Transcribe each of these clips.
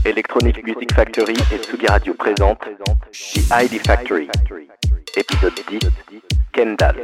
Electronic Music Factory et Tsugi Radio présente The ID Factory, épisode 10, Kendall.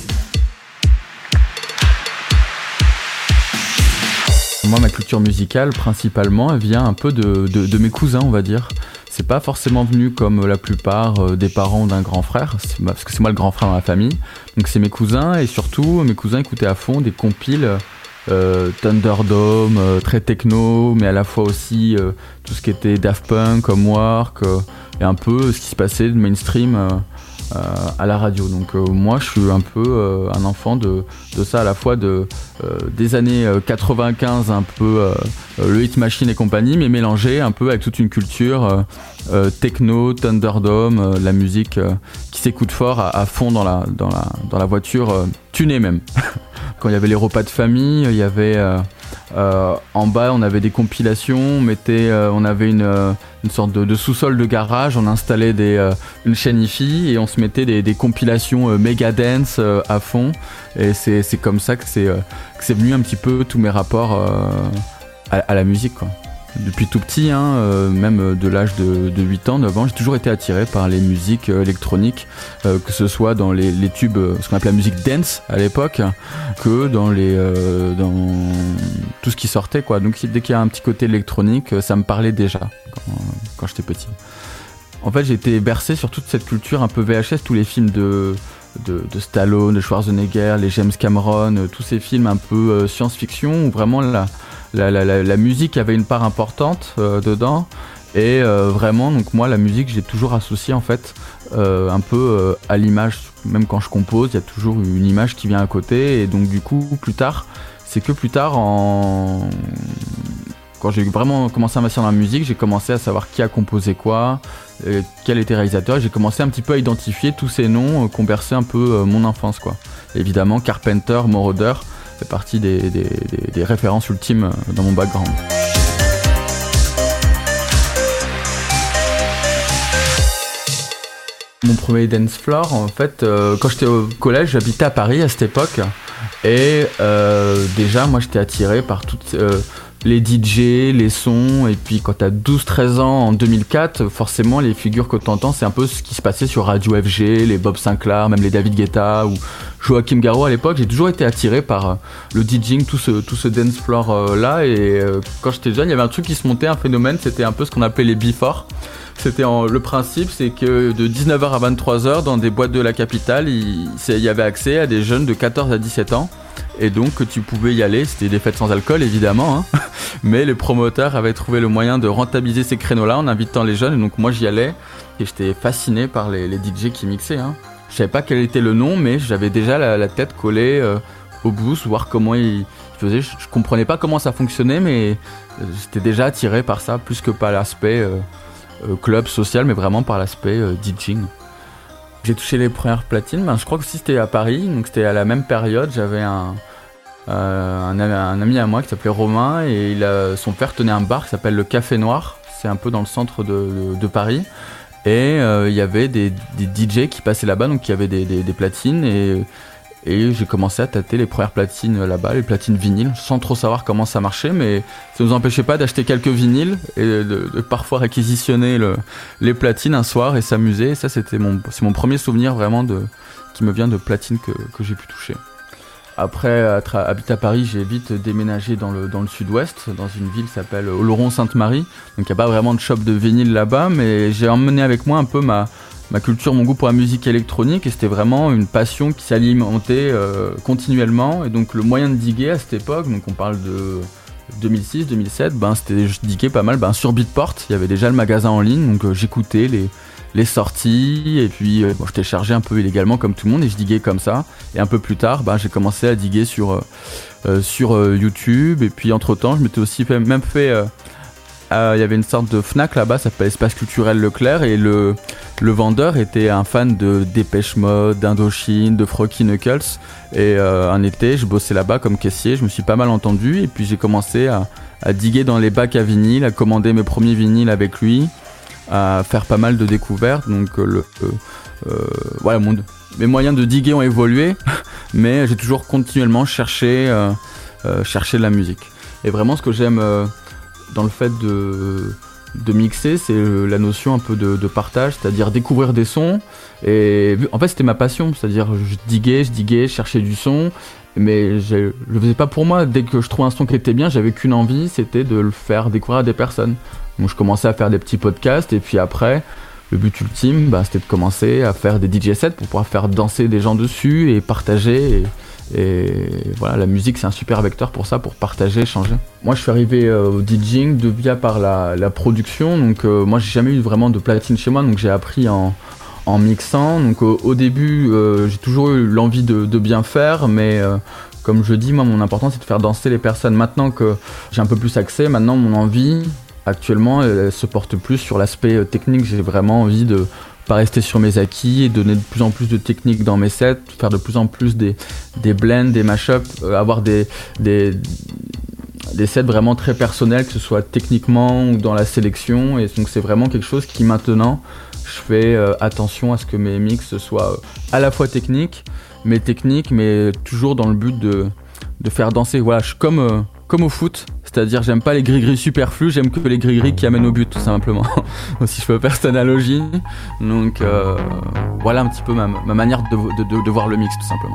Moi, ma culture musicale, principalement, elle vient un peu de mes cousins, on va dire. C'est pas forcément venu comme la plupart des parents ou d'un grand frère, parce que c'est moi le grand frère dans la famille. Donc c'est mes cousins, et surtout, mes cousins écoutaient à fond des compiles Thunderdome, très techno, mais à la fois aussi tout ce qui était Daft Punk, Homework, et un peu ce qui se passait de mainstream à la radio. Donc moi je suis un peu un enfant de ça, à la fois des années 95, un peu le Hit Machine et compagnie, mais mélangé un peu avec toute une culture techno, Thunderdome, la musique qui s'écoute fort à fond dans la voiture, tunée même. Quand il y avait les repas de famille, il y avait en bas on avait des compilations, on avait une sorte de sous-sol de garage, on installait une chaîne hi-fi et on se mettait des compilations Megadance à fond, et c'est comme ça que c'est venu un petit peu tous mes rapports à la musique, quoi. Depuis tout petit, même de l'âge de 8 ans, 9 ans, j'ai toujours été attiré par les musiques électroniques, que ce soit dans les tubes, ce qu'on appelait la musique dance à l'époque, que dans tout ce qui sortait, quoi. Donc dès qu'il y a un petit côté électronique, ça me parlait déjà quand j'étais petit. En fait, j'ai été bercé sur toute cette culture un peu VHS, tous les films de Stallone, de Schwarzenegger, les James Cameron, tous ces films un peu science-fiction où vraiment la musique avait une part importante dedans, et vraiment, donc moi la musique j'ai toujours associé en fait un peu à l'image. Même quand je compose, il y a toujours une image qui vient à côté, et donc du coup plus tard quand j'ai vraiment commencé à m'investir dans la musique, j'ai commencé à savoir qui a composé quoi, quel était réalisateur, et j'ai commencé un petit peu à identifier tous ces noms qui ont bercé un peu mon enfance, quoi. Évidemment, Carpenter, Moroder fait partie des références ultimes dans mon background. Mon premier dance floor, en fait, quand j'étais au collège, j'habitais à Paris à cette époque, et déjà moi j'étais attiré par toutes les DJ, les sons, et puis quand t'as 12-13 ans en 2004, forcément les figures que t'entends, c'est un peu ce qui se passait sur Radio FG, les Bob Sinclair, même les David Guetta ou Joachim Garraud à l'époque. J'ai toujours été attiré par le DJing, tout ce dance floor là, et quand j'étais jeune, il y avait un truc qui se montait, un phénomène, c'était un peu ce qu'on appelait les before. Le principe, c'est que de 19h à 23h, dans des boîtes de la capitale, il y avait accès à des jeunes de 14 à 17 ans. Et donc tu pouvais y aller, c'était des fêtes sans alcool évidemment, mais les promoteurs avaient trouvé le moyen de rentabiliser ces créneaux-là en invitant les jeunes, et donc moi j'y allais, et j'étais fasciné par les DJ qui mixaient. Je savais pas quel était le nom, mais j'avais déjà la tête collée au booth, voir comment ils faisaient. Je comprenais pas comment ça fonctionnait, mais j'étais déjà attiré par ça, plus que par l'aspect club social, mais vraiment par l'aspect DJing. J'ai touché les premières platines, je crois que aussi c'était à Paris, donc c'était à la même période. J'avais un ami à moi qui s'appelait Romain, et son père tenait un bar qui s'appelle le Café Noir, c'est un peu dans le centre de Paris, et il y avait des DJ qui passaient là-bas, donc il y avait des platines, et j'ai commencé à tâter les premières platines là-bas, les platines vinyles, sans trop savoir comment ça marchait, mais ça nous empêchait pas d'acheter quelques vinyles et de parfois réquisitionner les platines un soir et s'amuser. Et ça, c'est mon premier souvenir vraiment qui me vient de platines que j'ai pu toucher. Après, habiter à Paris, j'ai vite déménagé dans le sud-ouest, dans une ville qui s'appelle Oloron-Sainte-Marie. Donc il n'y a pas vraiment de shop de vinyle là-bas, mais j'ai emmené avec moi un peu ma culture, mon goût pour la musique électronique, et c'était vraiment une passion qui s'alimentait continuellement. Et donc le moyen de diguer à cette époque, donc on parle de 2006-2007, je diguais pas mal sur Beatport. Il y avait déjà le magasin en ligne, donc j'écoutais les sorties, et puis je téléchargeais un peu illégalement comme tout le monde, et je diguais comme ça. Et un peu plus tard, j'ai commencé à diguer sur YouTube, et puis entre temps je m'étais aussi fait il y avait une sorte de Fnac là-bas, ça s'appelle Espace Culturel Leclerc, et le vendeur était un fan de Dépêche Mode, d'Indochine, de Froggy Knuckles, et un été je bossais là-bas comme caissier, je me suis pas mal entendu, et puis j'ai commencé à diguer dans les bacs à vinyle, à commander mes premiers vinyles avec lui, à faire pas mal de découvertes. Donc voilà, mes moyens de diguer ont évolué, mais j'ai toujours continuellement cherché de la musique. Et vraiment ce que j'aime dans le fait de mixer, c'est la notion un peu de partage, c'est-à-dire découvrir des sons. Et en fait, c'était ma passion, c'est-à-dire je diguais, je cherchais du son, mais je le faisais pas pour moi. Dès que je trouvais un son qui était bien, j'avais qu'une envie, c'était de le faire découvrir à des personnes. Donc je commençais à faire des petits podcasts, et puis après, le but ultime, c'était de commencer à faire des DJ sets pour pouvoir faire danser des gens dessus et partager. Et voilà, la musique c'est un super vecteur pour ça, pour partager, échanger. Moi je suis arrivé au DJing via par la production, donc moi j'ai jamais eu vraiment de platine chez moi, donc j'ai appris en mixant. Donc au début j'ai toujours eu l'envie de bien faire, mais comme je dis, moi mon important c'est de faire danser les personnes. Maintenant que j'ai un peu plus accès, maintenant mon envie actuellement elle se porte plus sur l'aspect technique. J'ai vraiment envie de pas rester sur mes acquis et donner de plus en plus de techniques dans mes sets, faire de plus en plus des blends, des mashups, avoir des sets vraiment très personnels, que ce soit techniquement ou dans la sélection. Et donc c'est vraiment quelque chose qui maintenant, je fais attention à ce que mes mix soient à la fois techniques, mais toujours dans le but de faire danser. Voilà, je suis comme au foot, c'est-à-dire j'aime pas les gris-gris superflus, j'aime que les gris-gris qui amènent au but, tout simplement. Si je peux faire cette analogie. Donc voilà un petit peu ma manière de voir le mix, tout simplement.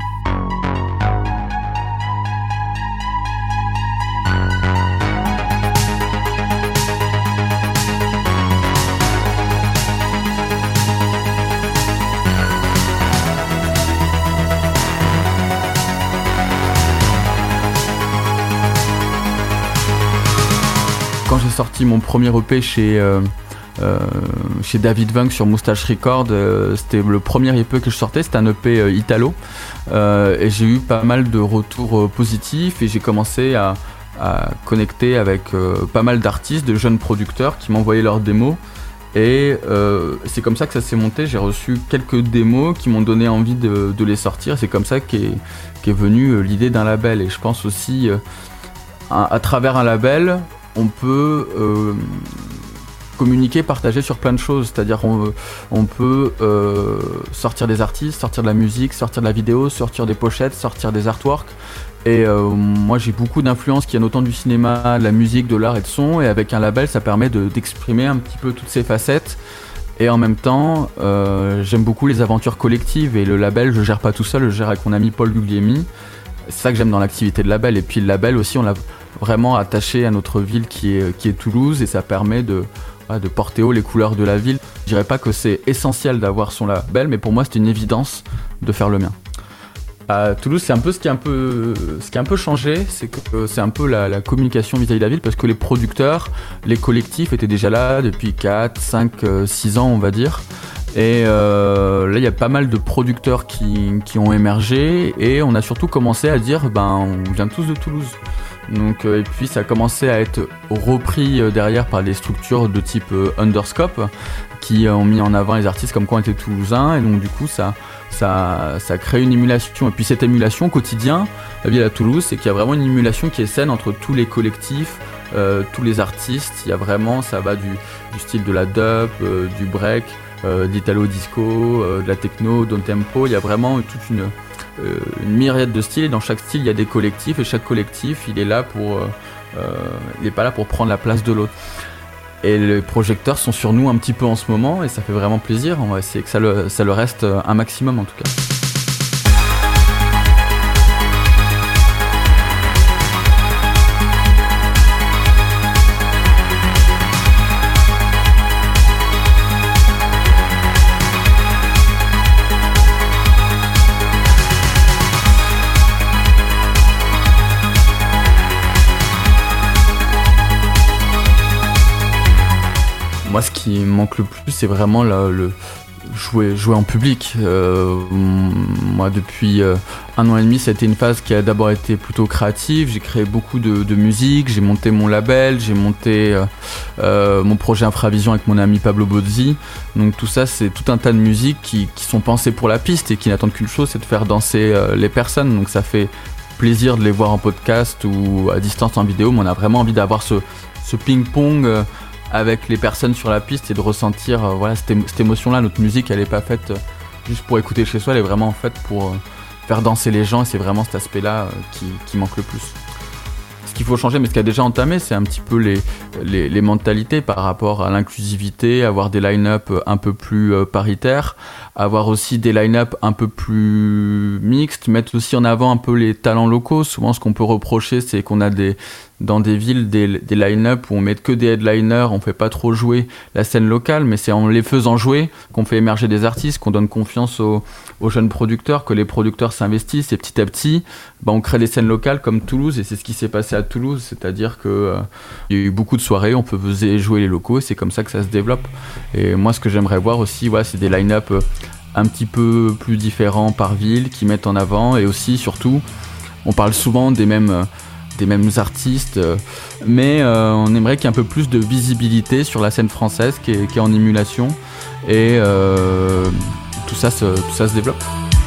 Quand j'ai sorti mon premier EP chez David Vunk sur Moustache Record, c'était le premier EP que je sortais, c'était un EP italo, et j'ai eu pas mal de retours positifs et j'ai commencé à connecter avec pas mal d'artistes, de jeunes producteurs qui m'envoyaient leurs démos, et c'est comme ça que ça s'est monté. J'ai reçu quelques démos qui m'ont donné envie de les sortir. C'est comme ça qu'est venue l'idée d'un label, et je pense aussi à travers un label on peut communiquer, partager sur plein de choses, c'est-à-dire on peut sortir des artistes, sortir de la musique, sortir de la vidéo, sortir des pochettes, sortir des artworks. Et moi j'ai beaucoup d'influences qui viennent autant du cinéma, de la musique, de l'art et de son, et avec un label ça permet d'exprimer un petit peu toutes ces facettes. Et en même temps, j'aime beaucoup les aventures collectives, et le label je gère pas tout seul, je gère avec mon ami Paul Guglielmi. C'est ça que j'aime dans l'activité de label. Et puis le label aussi, on l'a vraiment attaché à notre ville qui est Toulouse, et ça permet de porter haut les couleurs de la ville. Je dirais pas que c'est essentiel d'avoir son label, mais pour moi c'est une évidence de faire le mien. À Toulouse, c'est un peu ce qui a un peu changé, c'est que c'est un peu la communication vis-à-vis de la ville, parce que les producteurs, les collectifs étaient déjà là depuis 4, 5, 6 ans on va dire. Et là il y a pas mal de producteurs qui ont émergé, et on a surtout commencé à dire on vient tous de Toulouse. Donc, et puis ça a commencé à être repris derrière par des structures de type Underscope qui ont mis en avant les artistes comme quoi on était toulousains, et donc du coup ça crée une émulation. Et puis cette émulation au quotidien, la ville à Toulouse, c'est qu'il y a vraiment une émulation qui est saine entre tous les collectifs, tous les artistes. Il y a vraiment, ça va du style de la dub, du break, de l'italo disco, de la techno, down tempo. Il y a vraiment toute une myriade de styles, et dans chaque style il y a des collectifs, et chaque collectif il est là il est pas là pour prendre la place de l'autre. Et les projecteurs sont sur nous un petit peu en ce moment, et ça fait vraiment plaisir. On va essayer que ça le reste un maximum en tout cas. Moi, ce qui me manque le plus, c'est vraiment le jouer en public. Moi, depuis 1 an et demi, ça a été une phase qui a d'abord été plutôt créative. J'ai créé beaucoup de musique, j'ai monté mon label, j'ai monté mon projet Infravision avec mon ami Pablo Bozzi. Donc tout ça, c'est tout un tas de musiques qui sont pensées pour la piste et qui n'attendent qu'une chose, c'est de faire danser les personnes. Donc ça fait plaisir de les voir en podcast ou à distance en vidéo, mais on a vraiment envie d'avoir ce ping-pong avec les personnes sur la piste et de ressentir cette émotion-là. Notre musique, elle n'est pas faite juste pour écouter chez soi, elle est vraiment faite pour faire danser les gens, et c'est vraiment cet aspect-là qui manque le plus. ce qu'il faut changer, mais ce qui a déjà entamé, c'est un petit peu les mentalités par rapport à l'inclusivité, avoir des line-up un peu plus paritaires, avoir aussi des line-up un peu plus mixtes, mettre aussi en avant un peu les talents locaux. Souvent, ce qu'on peut reprocher, c'est qu'on a dans des villes des line-up où on met que des headliners, on fait pas trop jouer la scène locale, mais c'est en les faisant jouer qu'on fait émerger des artistes, qu'on donne confiance aux jeunes producteurs, que les producteurs s'investissent, et petit à petit, on crée des scènes locales comme Toulouse, et c'est ce qui s'est passé à Toulouse, c'est-à-dire que il y a eu beaucoup de soirées, on faisait jouer les locaux, et c'est comme ça que ça se développe. Et moi, ce que j'aimerais voir aussi, c'est des line-up un petit peu plus différents par ville, qui mettent en avant, et aussi, surtout, on parle souvent des mêmes artistes, mais on aimerait qu'il y ait un peu plus de visibilité sur la scène française qui est en émulation, et tout ça se développe.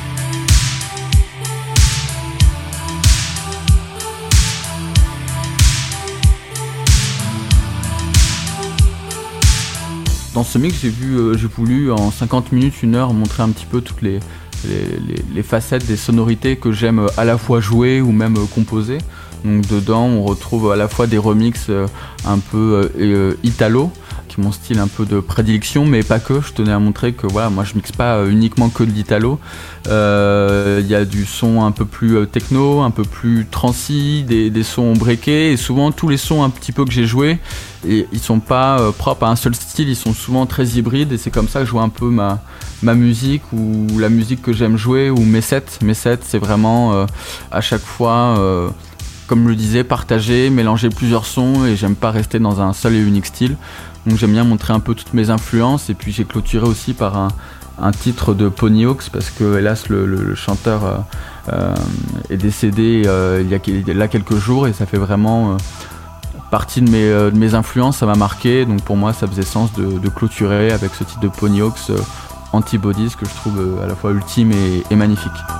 Dans ce mix, j'ai voulu en 50 minutes, 1 heure, montrer un petit peu toutes les facettes des sonorités que j'aime à la fois jouer ou même composer. Donc dedans, on retrouve à la fois des remixes un peu italo, qui est mon style un peu de prédilection, mais pas que. Je tenais à montrer que moi je mixe pas uniquement que de l'italo. Y a du son un peu plus techno, un peu plus transi, des sons breakés, et souvent tous les sons un petit peu que j'ai joués, et ils sont pas propres à un seul style, ils sont souvent très hybrides, et c'est comme ça que je vois un peu ma musique, ou la musique que j'aime jouer, ou mes sets. Mes sets, c'est vraiment à chaque fois, comme je le disais, partager, mélanger plusieurs sons, et j'aime pas rester dans un seul et unique style. Donc j'aime bien montrer un peu toutes mes influences, et puis j'ai clôturé aussi par un titre de Ponyhawks, parce que hélas le chanteur est décédé il y a quelques jours, et ça fait vraiment partie de mes influences, ça m'a marqué, donc pour moi ça faisait sens de clôturer avec ce titre de Ponyhawks, Antibodies, que je trouve à la fois ultime et magnifique.